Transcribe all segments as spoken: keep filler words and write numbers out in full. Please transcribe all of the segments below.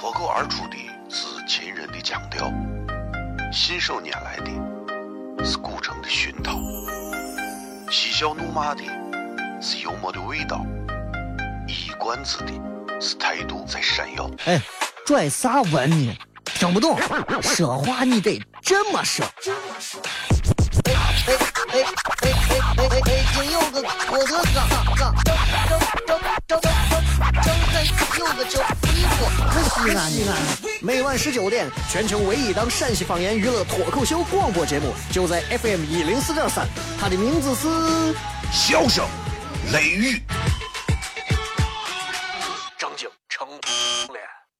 脱口而出的是秦人的腔调，信手拈来的是古城的熏陶，嬉笑怒骂的是幽默的味道，一冠子的是态度在闪耀。 哎，拽啥文呢？听不懂，说话你得这么说。哎哎哎哎哎哎哎！北京有个郭德纲，张张张张张张开有个叫一国，西安西安。每晚十九点，全球唯一档陕西方言娱乐脱口秀广播节目，就在 F M 一零四点三。它的名字是笑声雷雨。 张景成脸。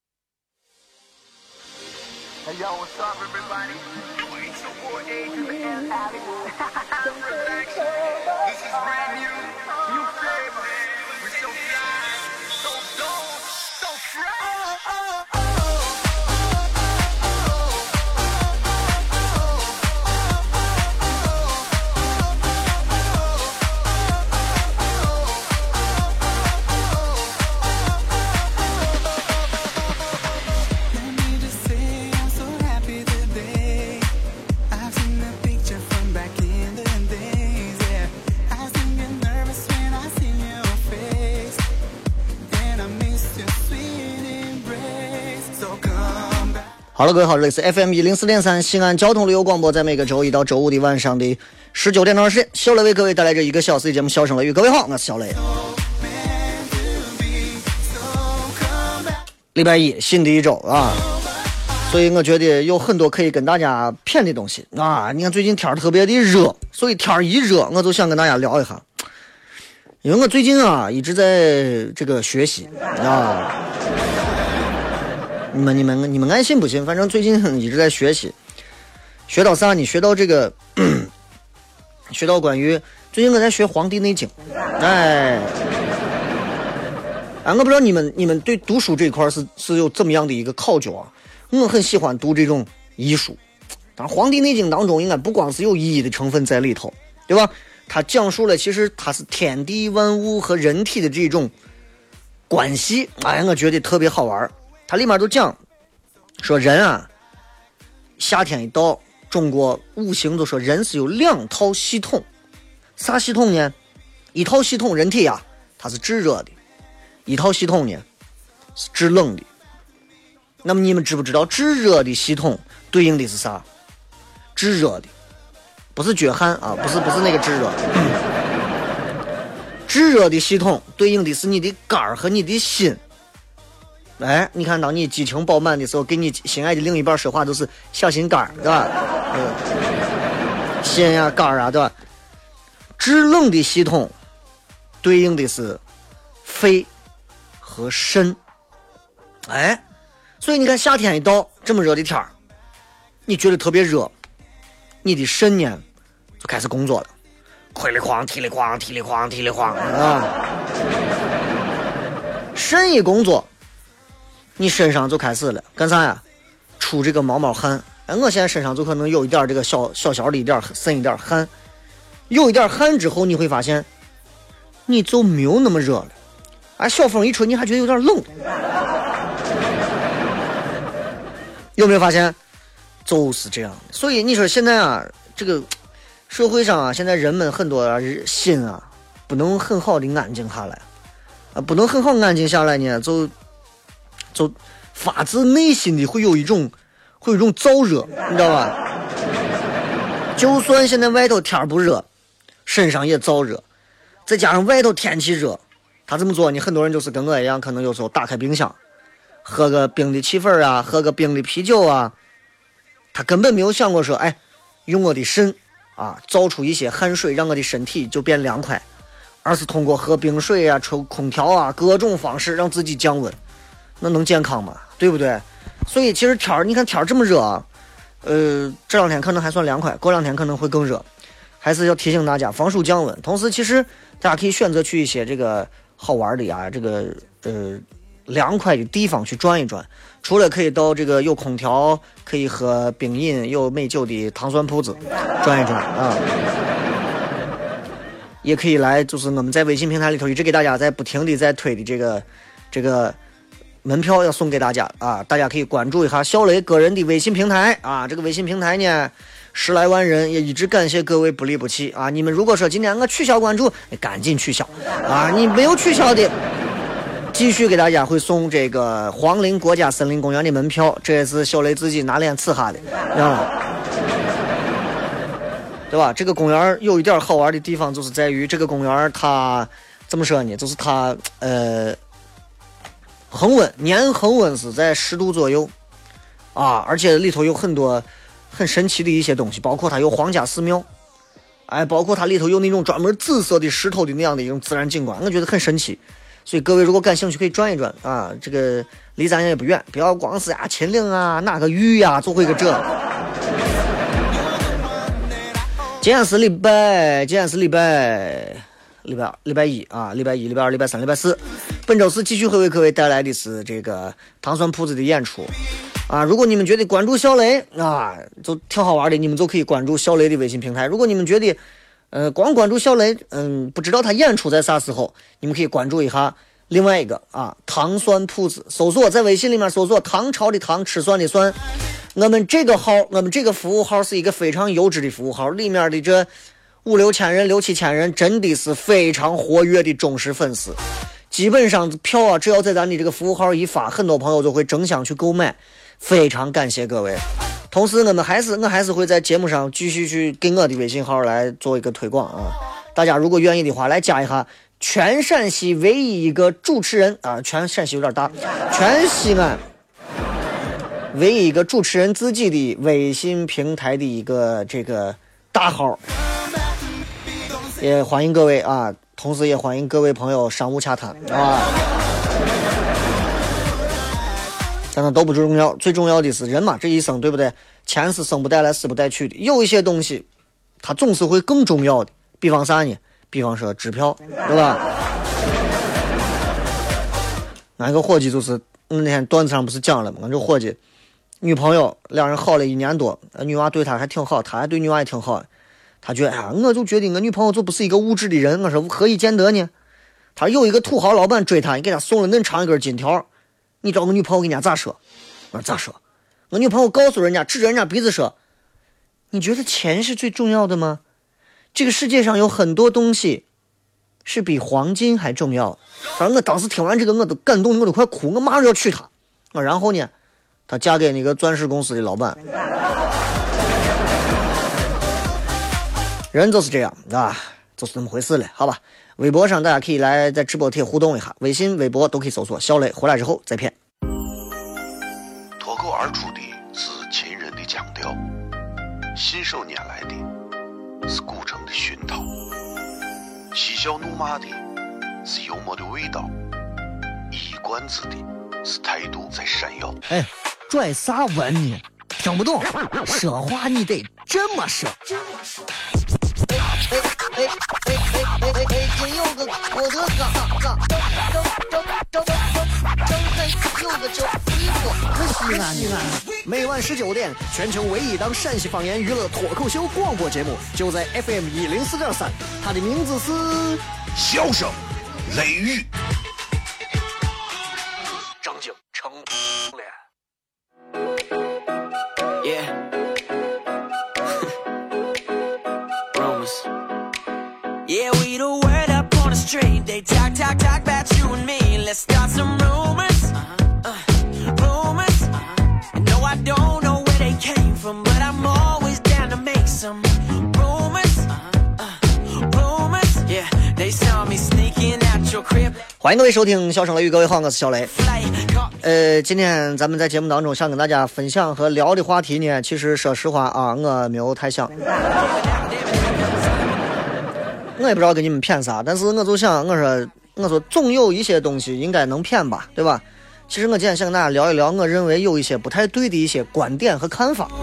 Hey yo, what's up, everybody? It's your boy A to the L Alley. Relax. This is brand new, new flavor. We're so fly, so dope, so fresh. 好了，各位好，这里是 F M 一零四点三西安交通旅游广播，在每个周一到周五的晚上的十九点到二十点，小雷为各位带来这一个小时的节目《笑声雷雨》。各位好，我是小雷。礼拜一，新的一周啊，所以我觉得有很多可以跟大家谝的东西啊。你看最近天特别的热，所以天一热，我就想跟大家聊一下，因为我最近啊一直在这个学习啊。你们你们你们爱信不信？反正最近一直在学习，学到啥？你学到这个，学到关于最近我在学《黄帝内经》，哎，啊，我不知道你们你们对读书这一块是是有怎么样的一个考究啊？我很喜欢读这种医书，当然《黄帝内经》当中应该不光是有医的成分在里头，对吧？它讲述了其实它是天地万物和人体的这种关系，哎，我觉得特别好玩。它里面都讲说人啊，夏天一到，中国五行都说人是有两套系统，啥系统呢？一套系统人体啊，它是制热的，一套系统呢是制冷的。那么你们知不知道制热的系统对应的是啥？制热的不是绝汗啊，不是不是那个制热，制热的系统对应的是你的肝和你的心。哎，你看，当你激情饱满的时候，跟你心爱的另一半说话都是小心肝，对吧？嗯，心呀、肝啊，对吧？制冷的系统对应的是肺和肾。哎，所以你看，夏天一到，这么热的天儿，你觉得特别热，你的肾呢就开始工作了，亏里哐，踢里哐，踢里哐，踢里哐啊！肾一工作。你身上就开始了干啥呀？出这个毛毛汗。哎，我现在身上就可能有一点这个小小小的一点渗一点汗，有一点汗之后，你会发现你就没有那么热了。啊，小风一吹，你还觉得有点冷。有没有发现？就是这样的。所以你说现在啊，这个社会上啊，现在人们很多、啊、心啊，不能很好的安静下来啊，不能很好安静下来呢，就。就发自内心的会有一种会有一种燥热，你知道吧？就算现在外头天不热，身上也燥热，再加上外头天气热，他这么做，你很多人就是跟我一样，可能有时候打开冰箱，喝个冰的汽粉啊，喝个冰的啤酒啊，他根本没有想过说，哎，用我的肾啊造出一些汗水，让我的身体就变凉快，而是通过喝冰水啊、抽空调啊各种方式让自己降温。那能健康吗？对不对？所以其实天儿，你看天儿这么热啊，呃，这两天可能还算凉快，过两天可能会更热，还是要提醒大家防暑降温。同时，其实大家可以选择去一些这个好玩的呀，这个呃凉快的地方去转一转。除了可以到这个有空调、可以喝冰饮、有美酒的糖酸铺子转一转啊，也可以来，就是我们在微信平台里头一直给大家在不停的在推的这个这个。 门票要送给大家啊，大家可以关注一下小雷个人的微信平台啊，这个微信平台呢十来万人，也一直感谢各位不离不弃啊！你们如果说今天我取消关注，你赶紧取消啊！你没有取消的，继续给大家会送这个黄陵国家森林公园的门票，这也是小雷自己拿脸伺下的啊，对吧？这个公园有一点好玩的地方，就是在于这个公园它怎么说呢？就是它呃。恒温年恒温是在十度左右啊，而且里头有很多很神奇的一些东西，包括它有皇家寺庙，哎，包括它里头有那种专门紫色的石头的那样的一种自然景观，我觉得很神奇。所以各位如果感兴趣可以转一转啊，这个离咱也不远，不要光是呀秦岭啊哪个玉呀做回个这。今天是礼拜，今天是礼拜。礼拜礼拜一啊，礼拜一、礼拜二、礼拜三、礼拜四，本周四继续会为各位带来的是这个糖酸铺子的演出啊。如果你们觉得关注小雷啊，就挺好玩的，你们就可以关注小雷的微信平台。如果你们觉得呃光关注小雷，嗯，不知道他演出在啥时候，你们可以关注一下另外一个啊糖酸铺子，搜索在微信里面搜索唐朝的唐，吃酸的酸。我们这个号，我们这个服务号是一个非常优质的服务号，里面的这五六千人、六七千人，真的是非常活跃的忠实粉丝。基本上票啊，只要在咱的这个服务号一发，很多朋友都会争相去购买。非常感谢各位。同时，我们还是我还是会在节目上继续去跟我的微信号来做一个推广啊。大家如果愿意的话，来加一下全陕西唯一一个主持人啊，全陕西有点大，全西安唯一一个主持人自己的微信平台的一个这个大号。也欢迎各位啊，同时也欢迎各位朋友商务洽谈啊。但那都不重要，最重要的是人嘛，这一生对不对？钱是生不带来死不带去的，有一些东西它总是会更重要的。比方啥呢？比方说支票，对吧？哪一个伙计就是那天段子上不是讲了吗？这伙计女朋友两人好了一年多，女娃对他还挺好，他还对女娃也挺好。他觉得，哎呀，我就觉得我女朋友就不是一个物质的人。我说何以见得呢？他有一个土豪老板追他，你给他送了恁长一根金条，你找我女朋友给人家咋说？我说咋说？我女朋友告诉人家，指着人家鼻子说：“你觉得钱是最重要的吗？这个世界上有很多东西是比黄金还重要。”反正我当时听完这个，我都感动，我都快哭，我马上要娶她。啊，然后呢，她嫁给那个钻石公司的老板。人就是这样啊，就是那么回事了，好吧？微博上大家可以来在直播贴互动一下，微信、微博都可以搜索小雷，回来之后再骗。 脱口而出的是秦人的腔调，信手拈来的是古城的熏陶，嬉笑怒骂的是幽默的味道，一冠子的是态度在闪耀。 哎，拽啥文呢？听不懂，说话你得这么说。哎哎哎哎哎哎！北京有个郭德纲，张张张张张张有个叫一个西安西安。每晚十九点，全球唯一档陕西方言娱乐脱口秀广播节目，就在 F M 一零四点三。它的名字是笑声雷雨。 张景成脸。 Yeah. Rumors. Yeah, we the word up on the street. They talk, talk, talk about you and me. Let's start some rumors. Uh-huh. Uh, rumors. Uh-huh. No, I don't know where they came from, but I'm always down to make some rumors. Uh-huh. Uh, rumors. Yeah, they saw me sneaking out your crib. 欢迎各位收听笑声雷雨，各位好，我是小雷。呃，今天咱们在节目当中想跟大家分享和聊的话题呢，其实说实话啊，我没有太想，我也不知道给你们骗啥，但是我就想，我说我说总有一些东西应该能骗吧，对吧？其实我今天想跟大家聊一聊，我认为有一些不太对的一些观点和看法。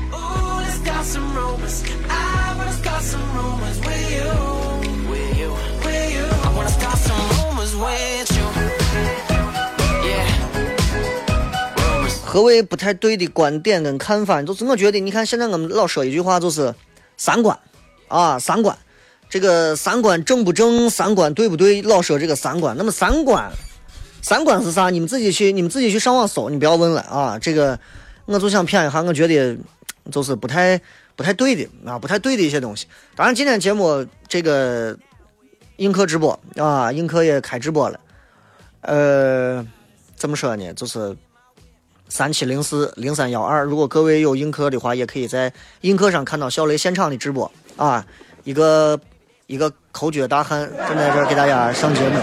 何为不太对的观点跟看法？就是我觉得，你看现在我们老说一句话，就是三观啊，三观，这个三观正不正，三观对不对？老说这个三观，那么三观三观是啥？你们自己去，你们自己去上网搜，你不要问了啊。这个我就想骗一下，我觉得就是不太不太对的啊，不太对的一些东西。当然，今天节目这个映客直播啊，映客也开直播了。呃，怎么说呢？就是三七零四零三幺二，如果各位有映客的话，也可以在映客上看到小雷现场的直播啊，一个一个口诀大汉正在这儿给大家上节目。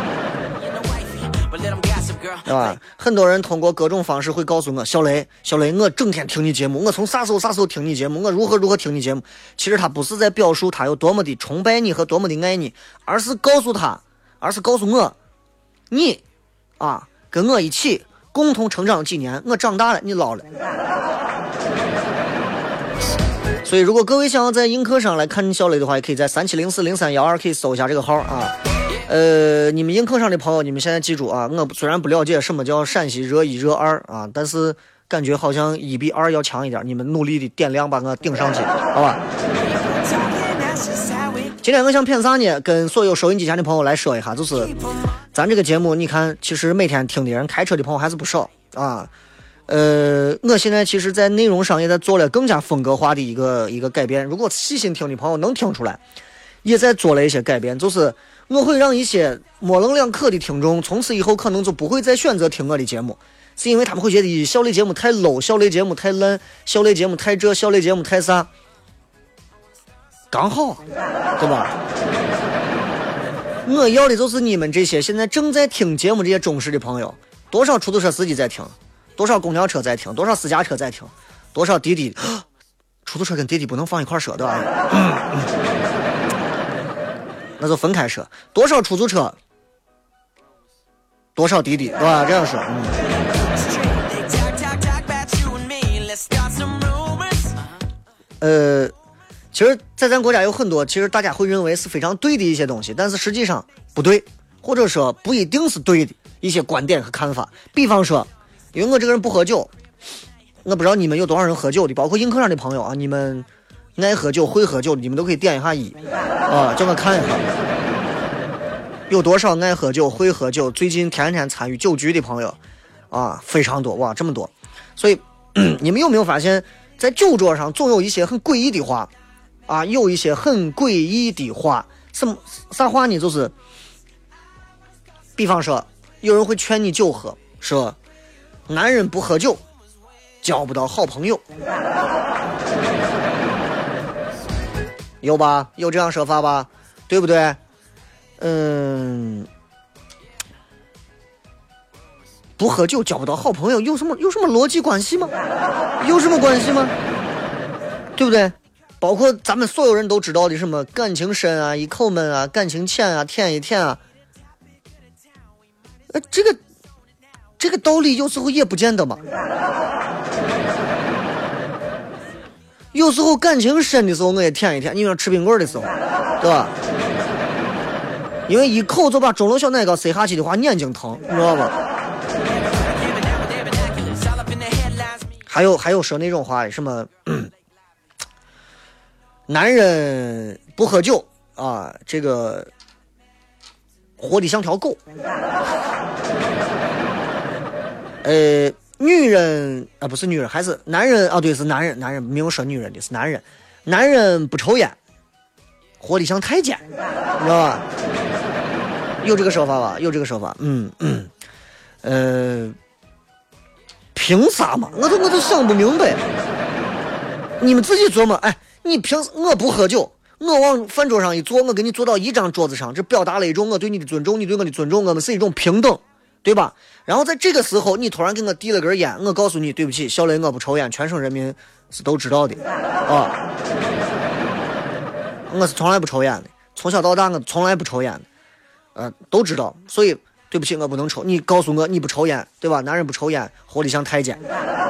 对吧？很多人通过各种方式会告诉我，小雷，小雷，我整天听你节目，我从啥时候啥时候听你节目，我如何如何听你节目。其实他不是在表述他有多么的崇拜你和多么的爱你，而是告诉他，而是告诉我，你啊，跟我一起共同成长几年，我长大了，你老了。所以，如果各位想要在映客上来看小雷的话，也可以在三七零四零三幺二可以搜一下这个号啊。呃，你们映客上的朋友，你们现在记住啊！我虽然不了解什么叫陕西热一热二啊，但是感觉好像一比二要强一点。你们努力的点亮，把我顶上去，好吧？今天我想骗啥呢？跟所有收音机前的朋友来说一下，就是咱这个节目，你看，其实每天听的人，开车的朋友还是不少啊。呃，我现在其实，在内容上也在做了更加风格化的一个一个改变。如果细心听的朋友能听出来，也在做了一些改变，就是我会让一些模棱两可的听众从此以后可能就不会再选择听我的节目，是因为他们会觉得小雷节目太 low， 小雷节目太烂，小雷节目太这，小雷节目太啥，刚好，对吧？我要的就是你们这些现在正在听节目这些忠实的朋友，多少出租车司机在听，多少公交车在听，多少私家车在听，多少滴滴，出租车跟滴滴不能放一块说，对吧？那就分开说，多少出租车，多少滴滴，对吧？这样说，嗯。呃，其实，在咱国家有很多，其实大家会认为是非常对的一些东西，但是实际上不对，或者说不一定是对的一些观点和看法。比方说，因为我这个人不喝酒，我不知道你们有多少人喝酒的，包括映客上的朋友啊，你们爱喝酒会喝酒的，你们都可以点一下一啊，叫我看一下有多少爱喝酒会喝酒最近天天参与酒局的朋友啊，非常多，哇，这么多。所以你们有没有发现，在酒桌上总有一些很诡异的话啊，有一些很诡异的话，什么啥话呢？就是比方说有人会劝你酒喝，说男人不喝酒交不到好朋友，有吧？有这样说法吧？对不对？嗯，不喝酒交不到好朋友，有什么有什么逻辑关系吗？有什么关系吗？对不对？包括咱们所有人都知道的什么感情深啊，一口闷啊，感情浅啊，舔一舔啊，呃，这个这个道理有时候也不见得嘛。有时候感情深的时候我也舔一舔，你像吃冰棍的时候，对吧？因为一口就把钟楼小奶糕塞下去的话，眼睛疼，你知道吧？还有还有说那种话，什么、嗯、男人不喝酒啊，这个活得像条狗。呃，女人啊，不是女人，还是男人啊？对，是男人，男人没有说女人的，是男人。男人不抽烟，活得像太监，你知道吧？有这个说法吧？有这个说法。嗯嗯，呃，凭啥嘛？我都我都想不明白。你们自己琢磨。哎，你凭我不喝酒，我往饭桌上一坐，我跟你坐到一张桌子上，这表达了一种我对你的尊重，你对我的尊重，我们是一种平等，对吧？然后在这个时候，你突然给我递了根烟，我告诉你，对不起，小雷，我不抽烟，全省人民是都知道的啊。我是从来不抽烟的，从小到大我从来不抽烟的。呃，都知道，所以对不起，我不能抽。你告诉我你不抽烟，对吧？男人不抽烟，活得像太监。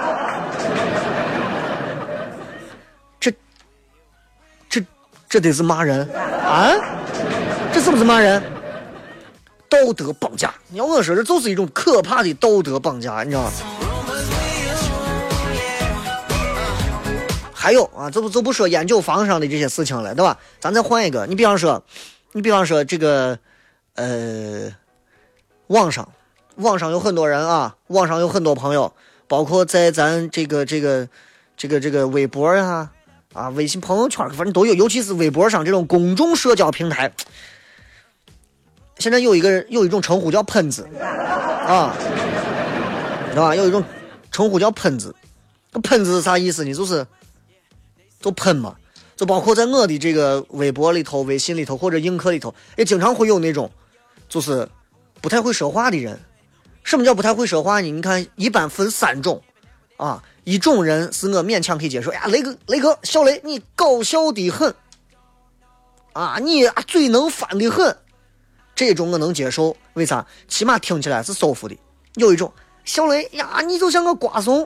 这、这、这得是骂人啊？这是不是骂人？道德绑架！你要我说，这就是一种可怕的道德绑架，你知道吗？还有啊，这不就不说烟酒房上的这些事情了，对吧？咱再换一个，你比方说，你比方说这个。呃，网上， 网上有很多人啊，网上有很多朋友，包括在咱这个这个这个这个微博啊啊微信朋友圈，反正都有，尤其是微博上这种公众社交平台，现在有一个有一种称呼叫喷子啊，知道吧？有一种称呼叫喷子，喷子是啥意思呢？就是就喷嘛，就包括在我的这个微博里头、微信里头或者映客里头，也经常会有那种就是不太会说话的人。什么叫不太会说话呢？你看，一般分三种啊。一种人是我勉强可以接受，呀，雷哥，雷哥，小雷，你搞笑的很啊，你啊嘴能翻的很，这种我能接受。为啥？起码听起来是舒服的。有一种小雷呀，你就像个瓜怂。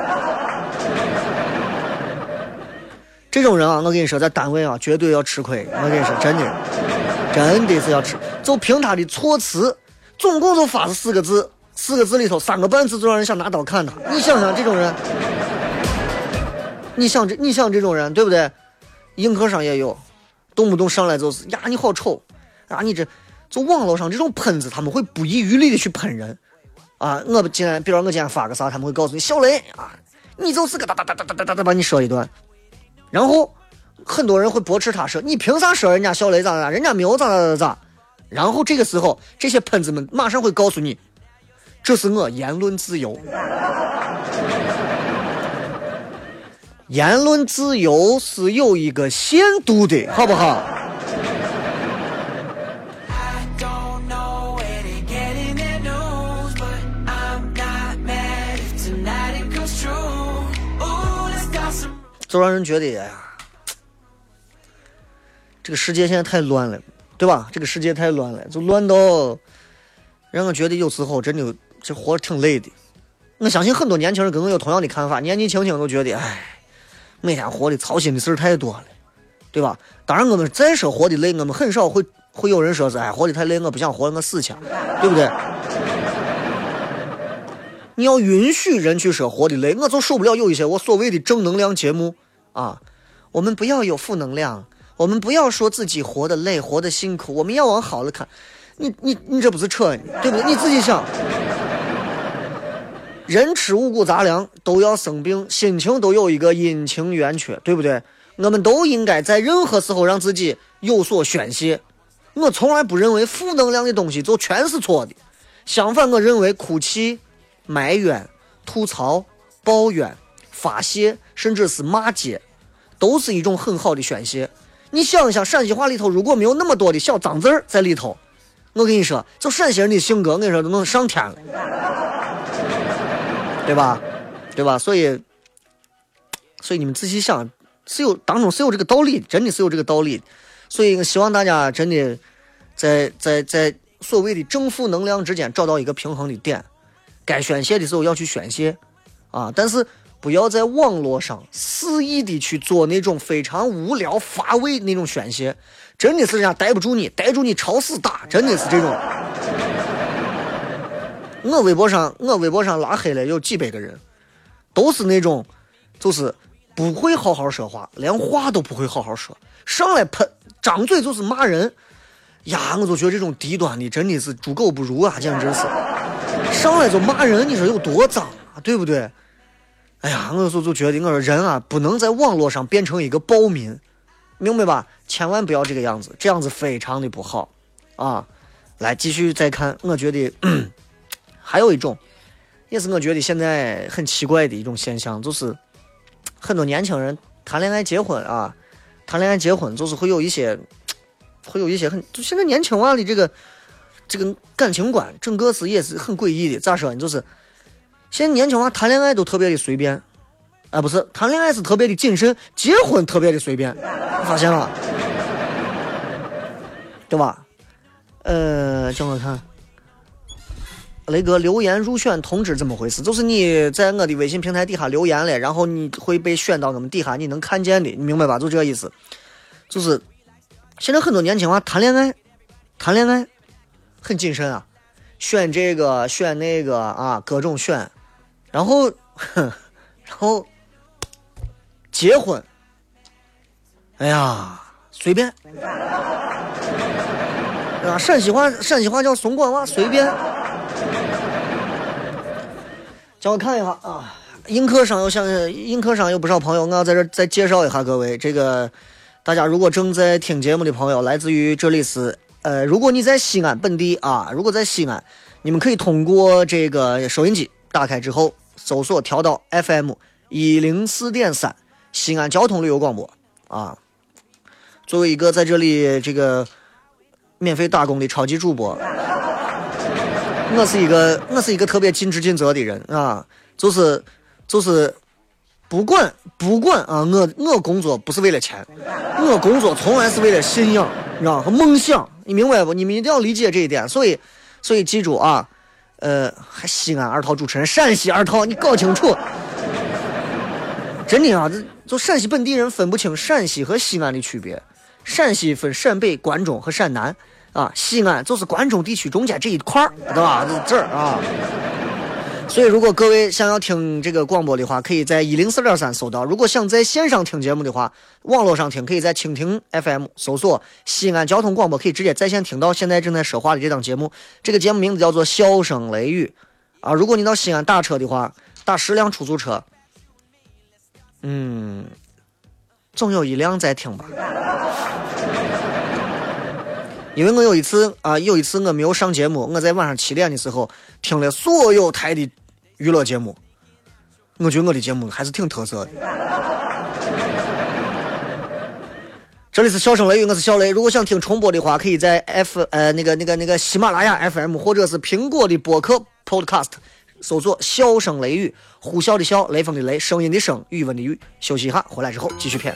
这种人啊，我跟你说，在单位啊，绝对要吃亏。我跟你说，真的，真的是要吃。就凭他的措辞，总共就发了四个字，四个字里头三个半字就让人想拿刀砍他。你想想这种人，你想这，你想这种人，对不对？映客上也有，动不动上来就是呀，你好丑啊，你这，就网络上这种喷子，他们会不遗余力的去喷人啊。我今天，比如我今天发个啥，他们会告诉你小雷啊，你就是个哒哒哒哒哒哒哒把你说一段。然后很多人会驳斥他说，你凭啥说人家小雷咋咋，人家没有咋咋咋咋。然后这个时候这些喷子们马上会告诉你，这是我言论自由。言论自由是有一个限度的，好不好？就让人觉得，哎呀，这个世界现在太乱了，对吧？这个世界太乱了，就乱到让我觉得有时候真的这活挺累的。我相信很多年轻人跟我有同样的看法，年纪轻轻都觉得，哎，每天活的操心的事太多了，对吧？当然，我们再说活的累，我们很少会会有人说是，哎，活的太累，我不想活了，我死去，对不对？你要允许人去说活的累，我就受不了有一些我所谓的正能量节目啊，我们不要有负能量，我们不要说自己活得累，活得辛苦，我们要往好了看。你你你这不是扯你，对不对？你自己想，人吃五谷杂粮都要生病，心情都有一个阴晴圆缺，对不对？我们都应该在任何时候让自己有所宣泄。我从来不认为负能量的东西就全是错的，相反，我认为哭泣、埋怨、吐槽、抱怨、发泄，甚至是骂街，都是一种很好的宣泄。你想一想，陕西话里头如果没有那么多的小脏字儿在里头，我跟你说，就陕西人的性格，我跟你说都能上天了，对吧？对吧？所以，所以你们仔细想，是有当中是有这个道理，真的是有这个道理。所以，希望大家真的在在在所谓的正负能量之间找到一个平衡的点。该宣泄的时候要去宣泄啊，但是不要在网络上肆意的去做那种非常无聊乏味那种宣泄，真的是人家逮不住你，逮住你朝死打，真的是这种。我微博上我微博上拉黑了有几百个人，都是那种就是不会好好说话，连话都不会好好说，上来喷张嘴就是骂人呀，我就觉得这种低端的真的是猪狗不如啊，简直是上来就骂人，你说有多脏啊，对不对？哎呀，我就就觉得我说人啊，不能在网络上变成一个暴民，明白吧？千万不要这个样子，这样子非常的不好啊！来继续再看，我觉得、嗯、还有一种，也是我觉得现在很奇怪的一种现象，就是很多年轻人谈恋爱结婚啊，谈恋爱结婚就是会有一些，会有一些很，就现在年轻娃的这个。这个感情观整个是也是很诡异的，咋说？你就是现在年轻娃谈恋爱都特别的随便，啊，不是谈恋爱是特别的谨慎，结婚特别的随便，你发现了，对吧？呃，叫我看，雷哥留言入选通知怎么回事？就是你在我的微信平台底下留言了，然后你会被选到我们底下，你能看见的，你明白吧？就这个意思。就是现在很多年轻娃谈恋爱，谈恋爱。很谨慎啊，选这个选那个啊，各种选，然后然后结婚，哎呀随便啊，陕西话陕西话叫松管娃，随便叫我看一下啊，映客上有像映客上有不少朋友，我要在这再介绍一下各位。这个大家如果正在听节目的朋友，来自于这里是呃，如果你在西安本地啊，如果在西安，你们可以通过这个收音机打开之后，搜索调到 F M 一零四点三西安交通旅游广播啊。作为一个在这里这个免费打工的超级主播，我是一个我是一个特别尽职尽责的人啊，就是就是不管不管啊，我我工作不是为了钱，我工作从来是为了信仰，你知道和梦想，你明白不？你们一定要理解这一点。所以所以记住啊，呃，还西安二套主持人，陕西二套，你搞清楚。真的啊，这就陕西本地人分不清陕西和西安的区别。陕西分陕北、关中和陕南啊，西安就是关中地区中间这一块儿，对吧？这儿啊。所以，如果各位想要听这个广播的话，可以在一零四点三搜到；如果想在线上听节目的话，网络上听，可以在蜻蜓 F M 搜索西安交通广播，可以直接在线听到现在正在说话的这档节目。这个节目名字叫做《笑声雷雨》啊。如果你到西安打车的话，打十辆出租车，嗯，总有一辆在听吧。因为我有一次啊，有一次我没有上节目，我在晚上七点的时候听了所有台的娱乐节目，我觉得我的节目还是挺特色的。这里是笑声雷雨，我是小雷。如果想听重播的话，可以在 F 呃那个那个那个喜马拉雅 F M 或者是苹果的播客 Podcast 搜索笑声雷雨，呼啸的笑，雷锋的雷，声音的声，语文的语。休息一下，回来之后继续片。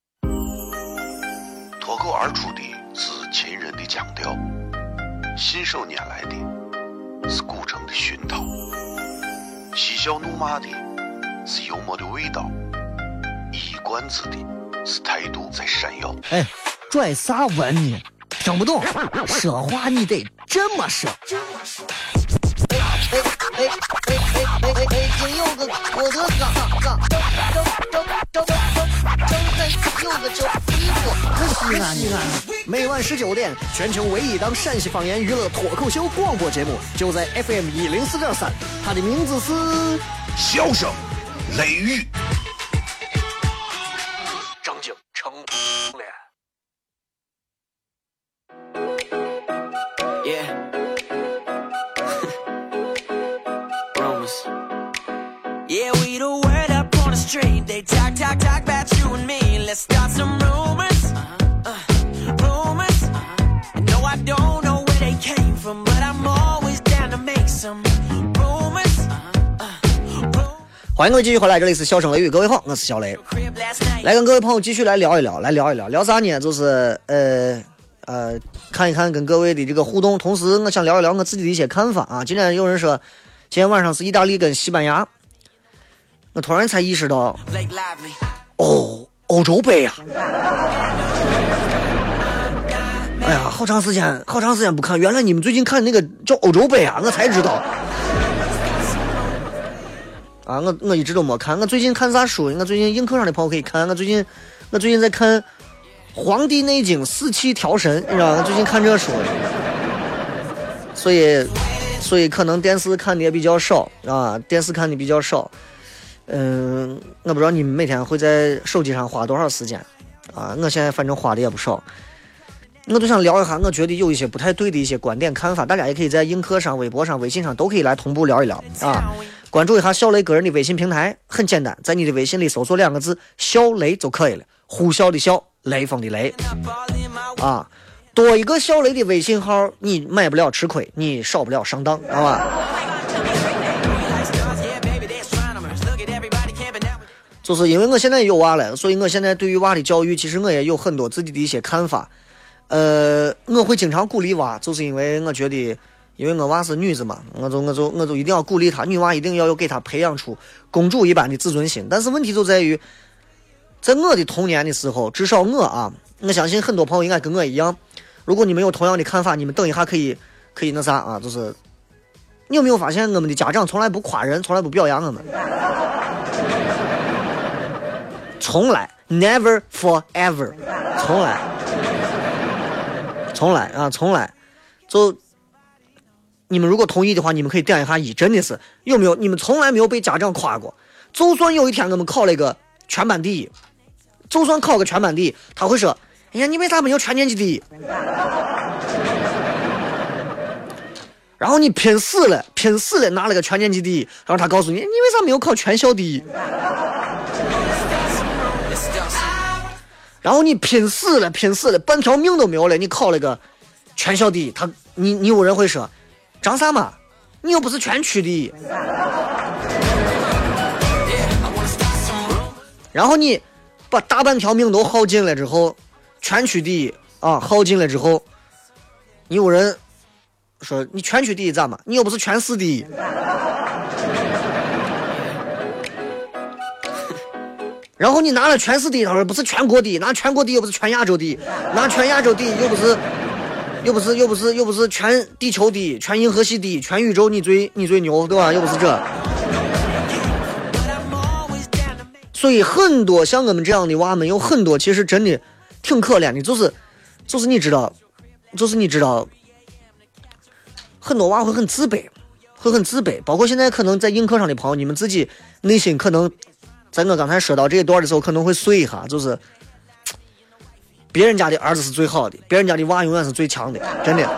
脱口而出的是秦人的腔调，信手拈来的是古城的熏陶，嬉笑怒骂的是幽默的味道，一冠子的是态度在闪耀。 哎，拽啥文呢？听不懂，说话你得这么说。哎哎哎哎哎哎哎！今有个我的嘎嘎，周周周周周周周有个周衣服，西安西安。每晚十九点，全球唯一档陕西方言娱乐脱口秀广播节目，就在 F M 一零四点三，它的名字是笑声雷雨。 张景成脸。 Yeah. Rumors. Yeah, we the word up on the street. They talk, talk, talk about you and me. Let's start some rumors. Uh, rumors. No, I don't know where they came from, but I'm always down to make some rumors. 欢迎各位继续回来，这里是笑声雷雨，各位好，我是小雷，来跟各位朋友继续来聊一聊，来聊一聊，聊啥呢？就是呃。呃，看一看跟各位的这个互动，同时我想聊一聊我自己的一些看法啊。今天有人说，今天晚上是意大利跟西班牙，我突然才意识到，哦，欧洲杯啊！哎呀，好长时间，好长时间不看，原来你们最近看那个叫欧洲杯啊，我才知道。啊，我我一直都没看，我最近看啥书？我最近映客上的朋友可以看，我最近我最近在看。《黄帝内经》四气调神，你知道吗？最近看这书，所以，所以可能电视看的也比较少啊，电视看的比较少。嗯，我不知道你们每天会在手机上花多少时间啊？我现在反正花的也不少。我就想聊一下，我觉得有一些不太对的一些观点看法，大家也可以在映客上、微博上、微信上都可以来同步聊一聊啊。关注一下小雷个人的微信平台，很简单，在你的微信里搜索两个字“小雷”就可以了，呼啸的啸。雷锋的雷啊，多一个小雷的微信号，你买不了吃亏，你少不了上当，知道吧？就是因为我现在有娃了，所以我现在对于娃的教育，其实我也有很多自己的一些看法。呃，我会经常鼓励娃，就是因为我觉得，因为我娃是女子嘛，我就我就我就一定要鼓励她，女娃一定要有给她培养出公主一般的自尊心。但是问题就在于。在我的童年的时候，至少我啊，我相信很多朋友应该跟我一样。如果你们有同样的看法，你们等一下可以可以那啥啊，就是你有没有发现我们的家长从来不夸人，从来不表扬我们，从来 never forever， 从来从来啊从来，就你们如果同意的话，你们可以点一下一，真的是有没有？你们从来没有被家长夸过。就算有一天我们考了一个全班第一，就算考个全班第一，他会说：“哎呀，你为啥没有全年级第一？”然后你拼死了，拼死了拿了个全年级第一，然后他告诉你，你为啥没有考全校第一？然后你拼死了，拼死了，半条命都没有了，你考了个全校第一，他你你有人会说，张啥嘛？你又不是全区第一。然后你把大半条命都耗尽了之后，全区第一啊，耗尽了之后，你有人说你全区第一咋嘛？你又不是全市第一。然后你拿了全市第一，他说不是全国第一，拿全国第一又不是全亚洲第一，拿全亚洲第一又不是又不是又不是又不是全地球第一，全银河系第一，全宇宙你最你最牛，对吧？又不是这。所以很多像我们这样的娃们有很多其实真的挺可怜的，就是就是你知道就是你知道很多娃会很自卑，会很自卑，包括现在可能在映客上的朋友，你们自己内心可能在我刚才说到这一段的时候可能会碎一下，就是别人家的儿子是最好的，别人家的娃永远是最强的，真的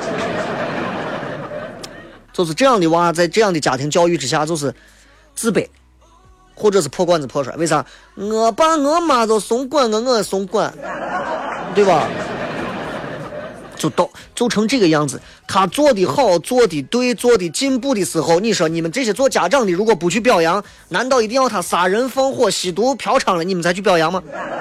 就是这样的娃在这样的家庭教育之下就是自卑或者是破罐子破摔。为啥？我爸我妈都送管我，我送管，对吧？就到就成这个样子。他做的好，做的对，做的进步的时候，你说你们这些做家长的如果不去表扬，难道一定要他杀人放火吸毒嫖娼了你们才去表扬吗？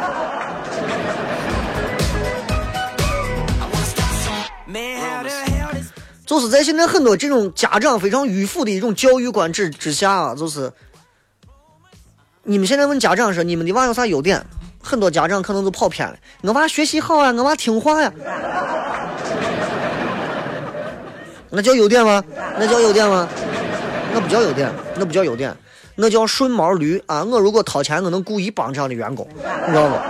就是在现在很多这种家长非常迂腐的一种教育观之之下啊，就是你们现在问家长说你们的娃有啥优点，很多家长可能都跑偏了。我娃学习好啊，我娃听话呀，那叫优点吗？那叫优点吗？那不叫优点，那不叫优点，那叫顺毛驴啊！我如果掏钱，我能故意帮这样的员工，你知道吗？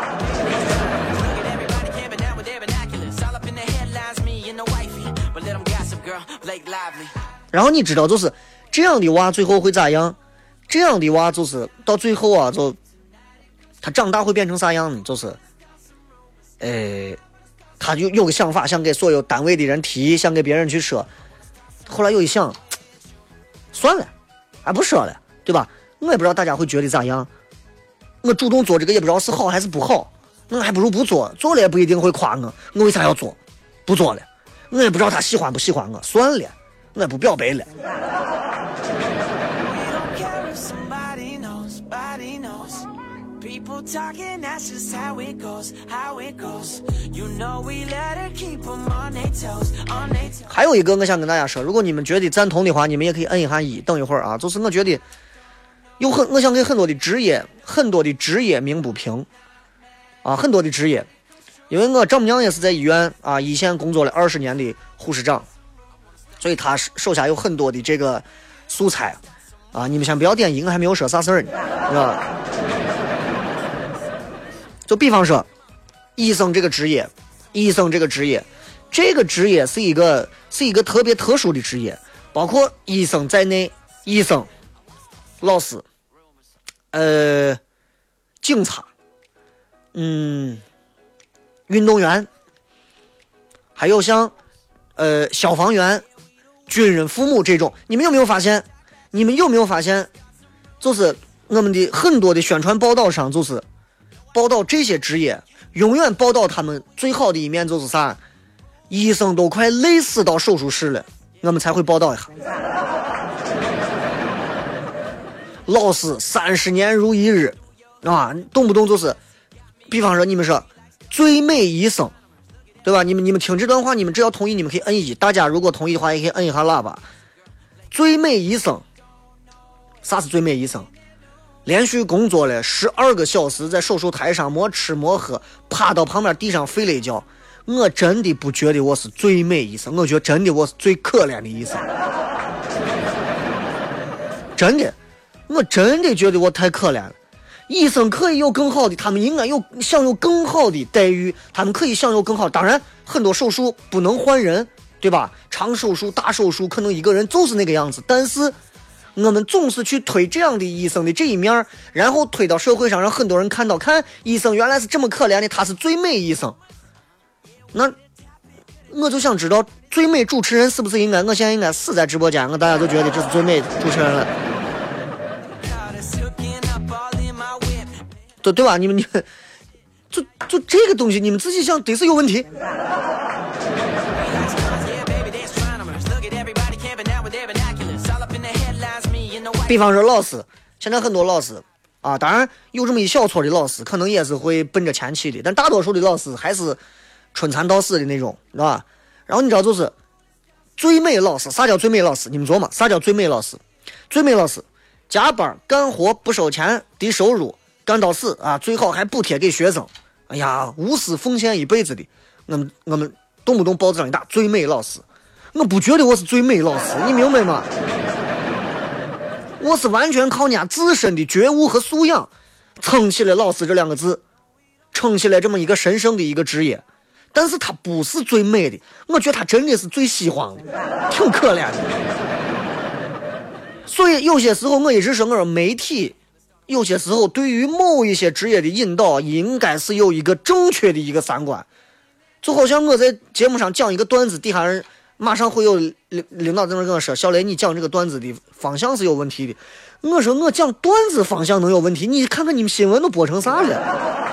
然后你知道，就是这样的娃最后会咋样？这样的娃就是到最后啊，就他长大会变成啥样呢？就是，呃，他就有个想法，想给所有单位的人提，想给别人去说。后来又一想，算了，还不说了，对吧？我也不知道大家会觉得咋样。我主动做这个也不知道是好还是不好，我还不如不做，做了也不一定会夸我。我为啥要做？不做了，我也不知道他喜欢不喜欢我，算了，我也不表白了。还有一个我想跟大家说，如果你们觉得赞同的话，你们也可以摁一下一。等一会儿啊，就是我觉得有很，我想给很多的职业，很多的职业鸣不平啊，很多的职业，因为我丈母娘也是在医院啊一线工作了二十年的护士长，所以她手下有很多的这个素材啊。你们先不要点一，我还没有说啥事儿呢，是吧？就比方说医生这个职业，医生这个职业这个职业是一个是一个特别特殊的职业，包括医生在内，医生、老师、呃警察、嗯运动员，还有像呃消防员、军人父母这种。你们有没有发现你们有没有发现就是我们的很多的宣传报道上，就是报道这些职业，永远报道他们最好的一面就是啥？医生都快累死到手术室了，我们才会报道一下。老师三十年如一日啊，动不动就是，比方说你们说最美医生，对吧？你们你们听这段话，你们只要同意，你们可以摁一；大家如果同意的话，也可以摁一下喇叭。最美医生，啥是最美医生？连续工作了十二个小时，在手术台上没吃没喝，趴到旁边地上睡了一觉。我真的不觉得我是最美医生，我觉得真的我是最可怜的医生。真的，我真的觉得我太可怜了。医生可以有更好的，他们应该有享有更好的待遇，他们可以享有更好。当然，很多手术不能换人， 对吧？长手术、大手术，可能一个人就是那个样子，但是我们总是去推这样的医生的这一面，然后推到社会上，让很多人看到，看医生原来是这么可怜的，他是最美医生。那我就想知道，最美主持人是不是应该，我现在应该死在直播间，我大家都觉得这是最美主持人了，对对吧？你们你们就就这个东西，你们自己想得是有问题。比方说老师，现在很多老师啊，当然有这么一小撮的老师，可能也是会奔着钱去的，但大多数的老师还是春蚕到死的那种，是吧？然后你知道就是最美老师，啥叫最美老师？你们琢磨，啥叫最美老师？最美老师加班干活不收钱，低收入，干到死啊，最好还补贴给学生。哎呀，无私奉献一辈子的，我们我们动不动包子上一大最美老师，我不觉得我是最美老师，你明白吗？我是完全靠人家自身的觉悟和素养撑起了老师这两个字，撑起来这么一个神圣的一个职业。但是他不是最美的，我觉得他真的是最喜欢的，挺可怜的。所以有些时候我一直说，我说媒体有些时候对于某一些职业的引导应该是有一个正确的一个三观。就好像我在节目上讲一个段子，底下人马上会有领领导在那跟我说，小雷你讲这个段子的方向是有问题的。我说我讲段子方向能有问题？你看看你们新闻都播成啥了，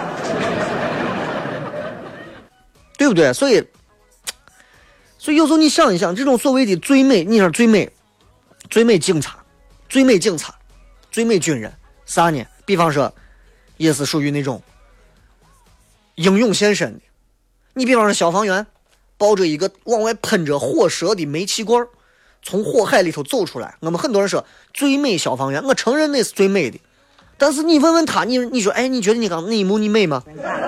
对不对？所以所以有时候你想一想，这种所谓的最美，你说最美最美警察最美警察最美军人啥呢？比方说也是属于那种英勇献身的。你比方说消防员抱着一个往外喷着火舌的煤气罐从火海里头走出来，我们很多人说最美消防员，我承认那是最美的，但是你问问他，你你说哎，你觉得你刚那一幕你美吗？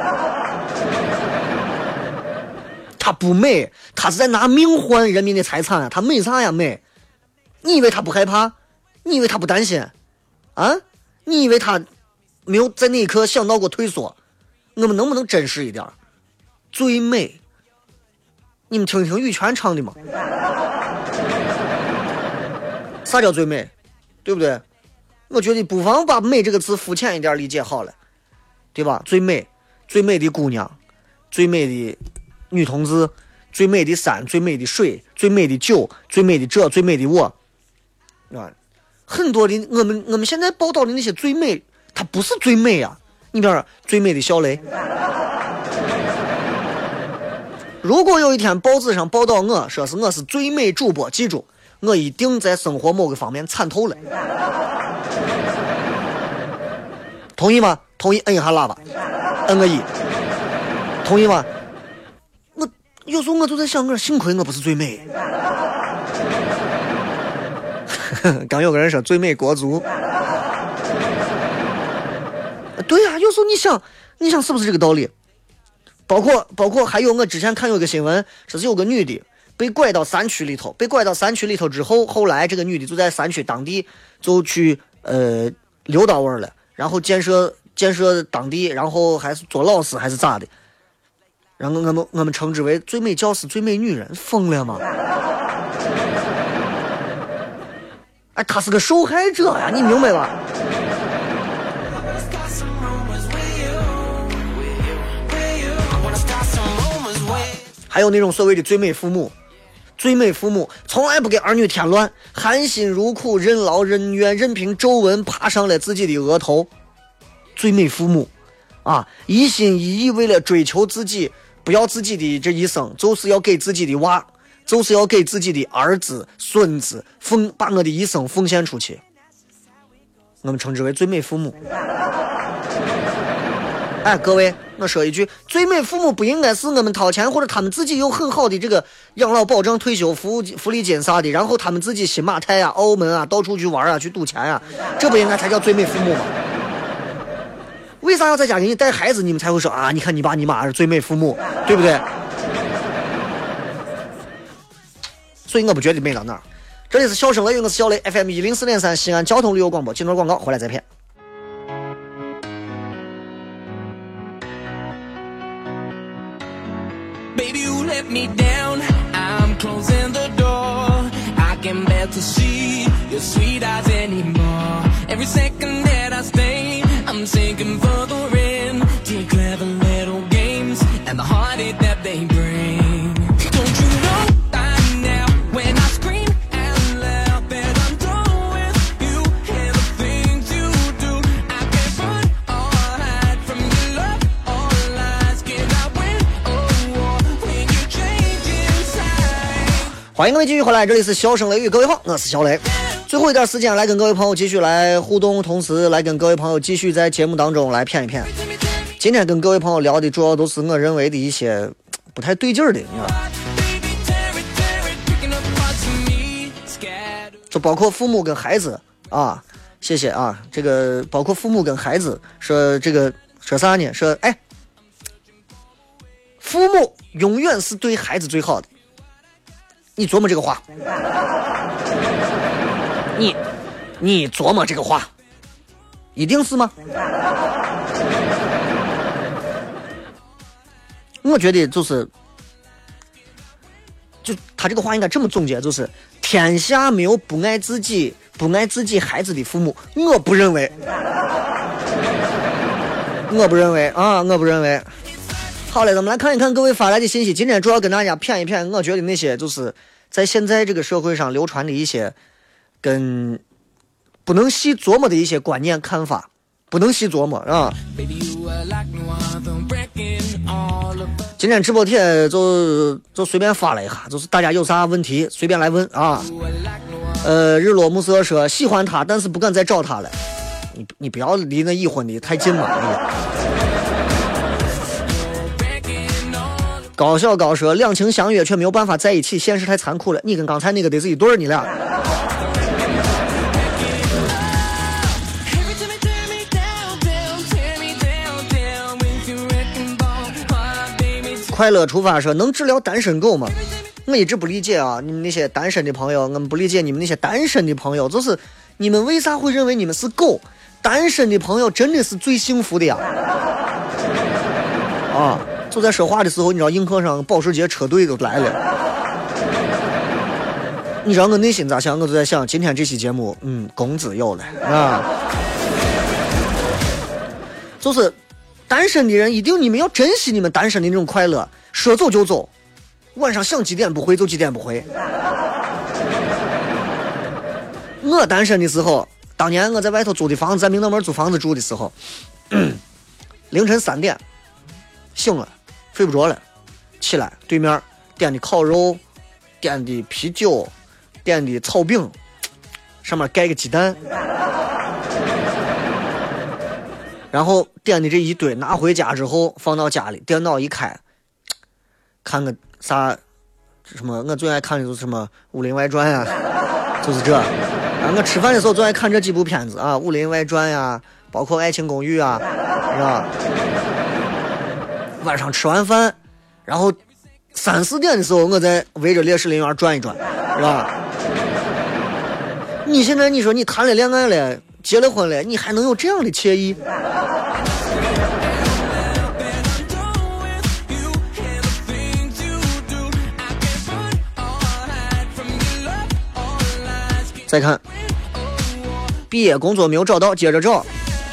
他不美，他是在拿命换人民的财产啊，他美啥呀美？你以为他不害怕？你以为他不担心啊？你以为他没有在那一刻想到过退缩？我们能不能真实一点？最美，你们听听羽泉唱的吗？啥叫最美？对不对？我觉得不妨把美这个词肤浅一点理解好了，对吧？最美，最美的姑娘，最美的女同志，最美的山，最美的水，最美的酒，最美的这，最美的我，啊，很多的我们我们现在报道的那些最美，它不是最美啊！你比方说最美的小雷。如果有一天报纸上报道我说是我是最美主播，记住，我一定在生活某个方面惨透了。同意吗？同意摁一下喇叭，摁个一。同意吗？我有时候我就在想，我幸亏我不是最美。刚有个人说最美国足。对呀、啊，有时候你想，你想是不是这个道理？包括包括还有我之前看有一个新闻，说是有个女的被拐到山区里头，被拐到山区里头之后，后来这个女的就在山区当地就去呃溜达玩了，然后建设建设当地，然后还是做老师还是咋的，然后我们我们称之为最美教师、最美女人，疯了吗？哎，她是个受害者呀，你明白吧？还有那种所谓的最美父母，最美父母从来不给儿女添乱，含辛茹苦，任劳任怨，任凭皱纹爬上了自己的额头。最美父母啊，一心一意为了追求自己，不要自己的这一生，就是要给自己的娃，就是要给自己的儿子孙子奉把我的一生奉献出去。我们称之为最美父母。哎，各位，我说一句，最美父母不应该是我们掏钱，或者他们自己有很好的这个养老保障、退休福福利金啥的，然后他们自己新马泰啊、澳门啊，到处去玩啊、去赌钱啊，这不应该才叫最美父母吗？为啥要在家给你带孩子，你们才会说啊？你看你爸你妈是最美父母，对不对？所以我不觉得美到哪儿。这里是笑声乐园，我是小雷 F M 一零四点三西安交通旅游广播，进段广告回来再片。 Baby, you let me down. I'm closing every second that I stay, I'm sinking further in to your clever little games and the heartache that they bring. Don't you know by now when I scream and laugh that I'm done with you and the things you do, I can't run or hide from your love or lies. Can I win or war when you change inside? 欢迎各位继续回来，这里是小声雷雨，各位好，我是小雷。最后一点时间来跟各位朋友继续来互动，同时来跟各位朋友继续在节目当中来骗一骗。今天跟各位朋友聊的主要都是我认为的一些不太对劲儿的，你知道吧？就包括父母跟孩子啊，谢谢啊，这个包括父母跟孩子说这个说啥呢？说哎，父母永远是对孩子最好的，你琢磨这个话。你你琢磨这个话一定是吗？我觉得就是就他这个话应该这么总结，就是天下没有不爱自己不爱自己孩子的父母。我不认为我不认为啊我不认为好嘞，咱们来看一看各位发来的信息。今天主要跟大家骗一骗我觉得那些就是在现在这个社会上流传的一些跟不能细琢磨的一些观念看法，不能细琢磨啊。今天直播帖就就随便发了一下，就是大家有啥问题随便来问啊。呃，日落暮色说喜欢他，但是不敢再找他了。你你不要离那已婚的太近嘛。高笑高说两情相悦却没有办法在一起，现实太残酷了。你跟刚才那个得是一对儿，你俩。快乐出发说能治疗单身狗吗？我一直不理解啊，你们那些单身的朋友，我们不理解你们那些单身的朋友，就是你们为啥会认为你们是狗？单身的朋友真的是最幸福的呀！啊，就在说话的时候，你知道映客上保时捷车队都来了。你知道我内心咋想？我就在想，今天这期节目，嗯，工资有了啊。就是单身的人，一定你们要珍惜你们单身的那种快乐，说走就走，晚上想几点不回就几点不回。我单身的时候，当年我在外头租的房子，在明德门租房子住的时候，凌晨三点醒了，睡不着了，起来对面点的烤肉，点的啤酒，点的炒饼，上面盖个鸡蛋，然后点的这一堆拿回家之后放到家里，电脑一开，看个啥什么，我最爱看的就是什么《武林外传》啊，就是这。啊，我吃饭的时候最爱看这几部片子啊，《武林外传》呀，包括《爱情公寓》啊，是吧？晚上吃完饭，然后三四点的时候，我在围着烈士陵园转一转，是吧？你现在你说你谈了恋爱了，结了婚了，你还能有这样的惬意？再看，毕业工作没有找到，接着找。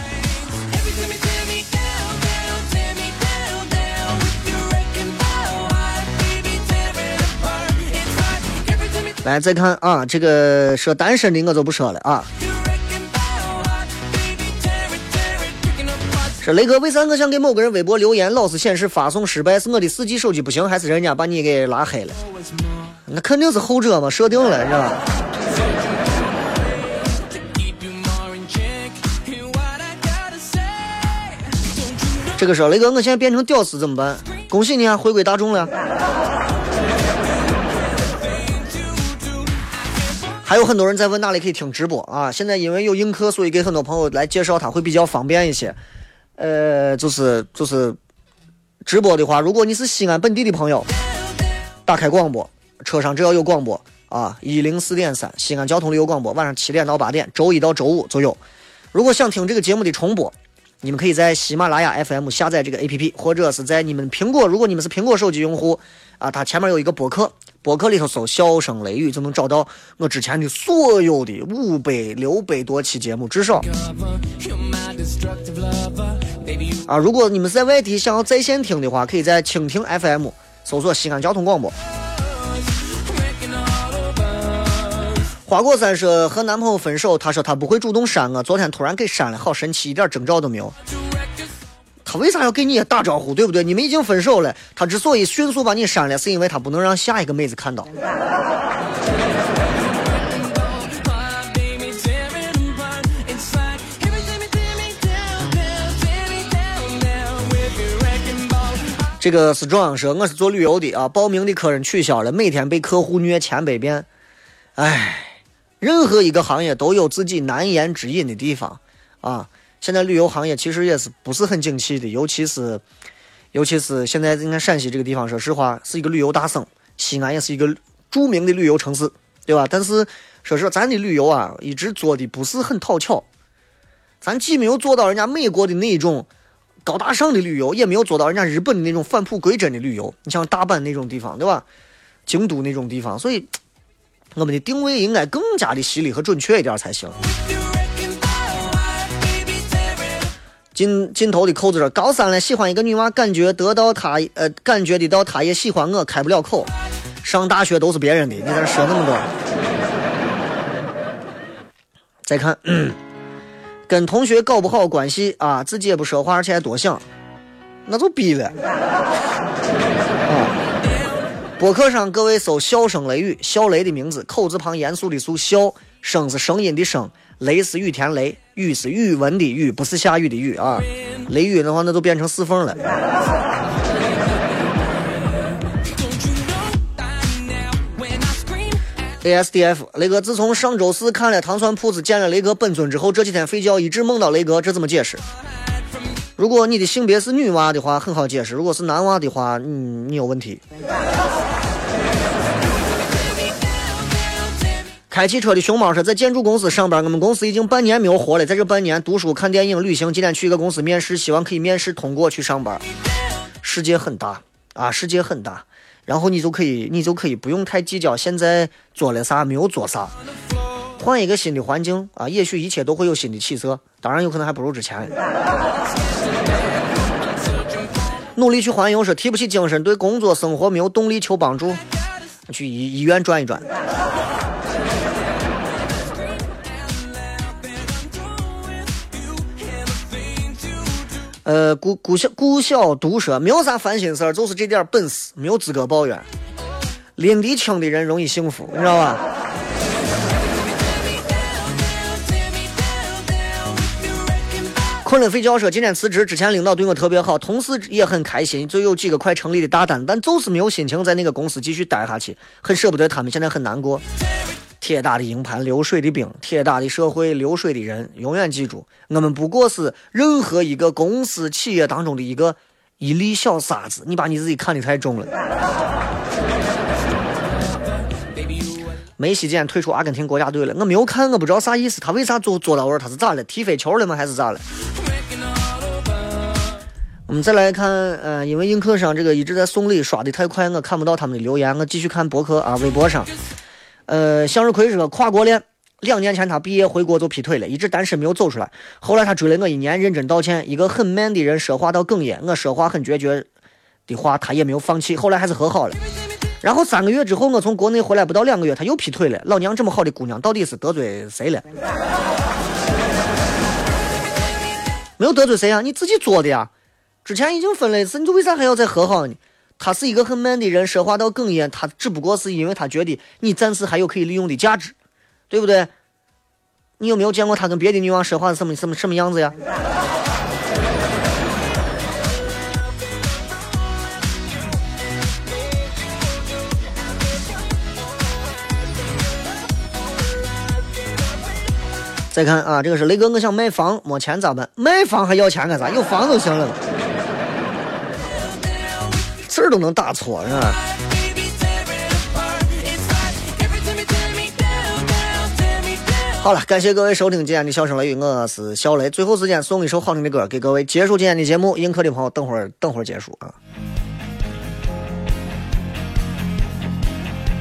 来再看啊，这个说单身的我就不说了啊。说雷哥，为啥我想给某个人微博留言，老是显示发送失败？是我的四 G 手机不行，还是人家把你给拉黑了？那肯定是后者嘛，设定了，是吧？这个时候雷哥，我现在变成屌丝怎么办？恭喜你啊，回归大众了。还有很多人在问哪里可以听直播啊？现在因为有映客，所以给很多朋友来介绍它会比较方便一些。呃，就是就是直播的话，如果你是西安本地的朋友，打开广播，车上只要有广播啊，一零四点三西安交通旅游广播，晚上七点到八点，周一到周五就有。如果想听这个节目的重播，你们可以在喜马拉雅 F M 下载这个 A P P， 或者是在你们苹果，如果你们是苹果手机用户啊，它前面有一个播客， 博客里头搜笑声雷雨就能找到我之前的所有的五百六百多期节目，至少啊，如果你们在外地想要在线听的话，可以在蜻蜓 F M 搜索西安交通广播。花果山说和男朋友分手，他说他不会主动删我，昨天突然给删了，好神奇，一点征兆都没有。他为啥要给你打招呼，对不对？你们已经分手了，他之所以迅速把你删了，是因为他不能让下一个妹子看到。这个是壮说我是做旅游的啊，报名的客人取消了，每天被客户虐千百遍。唉，任何一个行业都有自己难言之隐的地方啊。现在旅游行业其实也是不是很景气的，尤其是尤其是现在你看陕西这个地方，说实话是一个旅游大省，西安也是一个著名的旅游城市，对吧？但是说实话咱的旅游啊一直做的不是很讨巧，咱既没有做到人家美国的那种高大上的旅游，也没有做到人家日本的那种返璞归真的旅游。你像大阪那种地方，对吧？京都那种地方，所以我们的定位应该更加的犀利和准确一点才行。进进头的扣子说，高三了，喜欢一个女娃，感觉得到她，呃，感觉得到她也喜欢我，开不了口。上大学都是别人的，你在这说那么多。再看，嗯，跟同学搞不好关系啊，自己也不说话，而且还多想，那就逼了。啊，博客上各位搜笑声雷雨，笑雷的名字，口字旁严肃的肃，笑声是声音的声。雷是雨田雷，雨是语文的雨，不是下雨的雨啊。雷雨的话，那都变成四缝了。A S D F 雷哥自从上周四看了糖蒜铺子见了雷哥本尊之后，这几天睡觉一直梦到雷哥，这怎么解释？如果你的性别是女娃的话，很好解释；如果是男娃的话，嗯，你有问题。开汽车的熊猫说，在建筑公司上班，我们公司已经半年没有活了，在这半年读书、看电影、旅行，今天去一个公司面试，希望可以面试通过去上班。世界很大啊，世界很大，然后你就可以你就可以不用太计较现在做了啥没有做啥，换一个新的环境啊，也许一切都会有新的起色，当然有可能还不如之前。努力去环游说，提不起精神，对工作生活没有动力求帮助，去医医院转一转。呃，顾顾小顾小毒蛇没有啥烦心事儿，就是这点本事，没有资格抱怨。拎得轻的人容易幸福，你知道吧？困了睡觉说，今天辞职之前领导对我特别好，同事也很开心，就有几个快成立的大单，但就是没有心情在那个公司继续待下去，很舍不得他们，现在很难过。铁打的营盘流水的兵，铁打的社会流水的人，永远记住，我们不过是任何一个公司企业当中的一个一粒小沙子，你把你自己看得太重了。梅西竟然退出阿根廷国家队了，我没有看，我不知道啥意思，他为啥做做到位？他是咋了？踢飞球了吗？还是咋了？我们再来看，呃，因为映客上这个一直在送礼刷的太快，我看不到他们的留言，我继续看博客啊，微博上。呃，向日葵是个跨国恋，两年前他毕业回国就劈腿了，一直单身没有走出来。后来他追了我一年，认真道歉。一个很 man 的人说话到哽咽，我说话很决绝的话，他也没有放弃。后来还是和好了。然后三个月之后，我从国内回来不到两个月，他又劈腿了。老娘这么好的姑娘，到底是得罪谁了？没有得罪谁啊，你自己做的呀。之前已经分了一次，你就为啥还要再和好呢？他是一个很 man 的人，说话到哽咽，他只不过是因为他觉得你暂时还有可以利用的价值，对不对？你有没有见过他跟别的女王说话是什么什么什么样子呀？再看啊，这个是雷哥，我想买房，没钱咋办？买房还要钱干啥？有房就行了。字儿都能打错是吧？好了，感谢各位收听今天的笑声雷雨，我是小雷。最后时间送一首好听的歌给各位，结束今天的节目。映客的朋友，等会儿等会儿结束啊。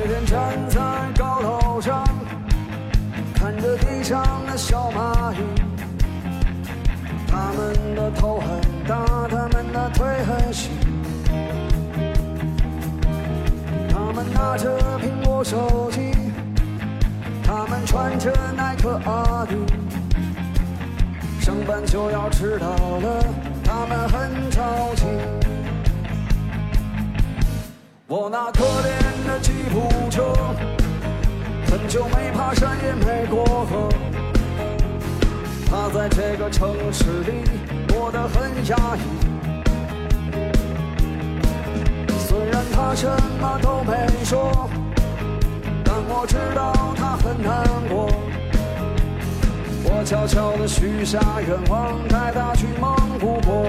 每天站在高楼上，看着地上的小蚂蚁，它们的头很大，它们的腿很细，他们拿着苹果手机，他们穿着耐克阿迪，上班就要迟到了，他们很着急。我那可怜的吉普车，很久没爬山也没过河，它在这个城市里过得很压抑。虽然他什么都没说，但我知道他很难过。我悄悄地许下愿望，带他去蒙古国。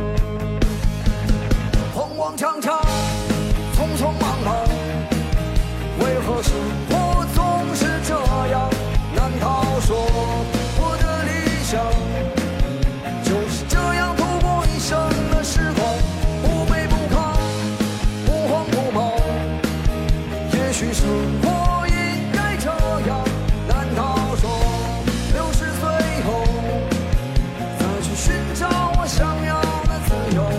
慌慌张张，匆匆忙忙，为何生活总是这样？难道说我的理想就是这样度过一生的时光？不卑不亢，不慌不忙，也许生活应该这样。难道说六十岁后再去寻找我想要的自由？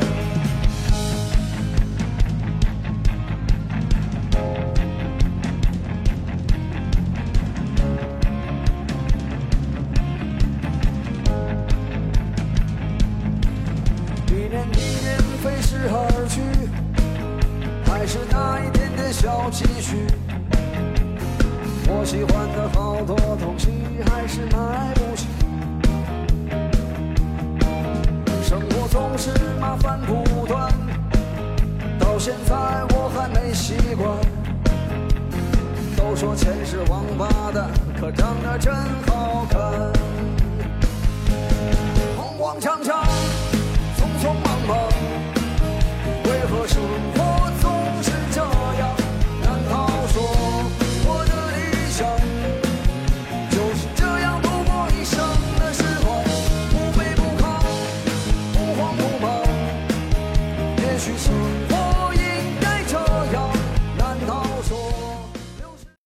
一年一年飞逝而去，还是那一点点小积蓄。我喜欢的好多东西还是买不起，生活总是麻烦不断，到现在我还没习惯。都说钱是王八蛋，可长得真好看。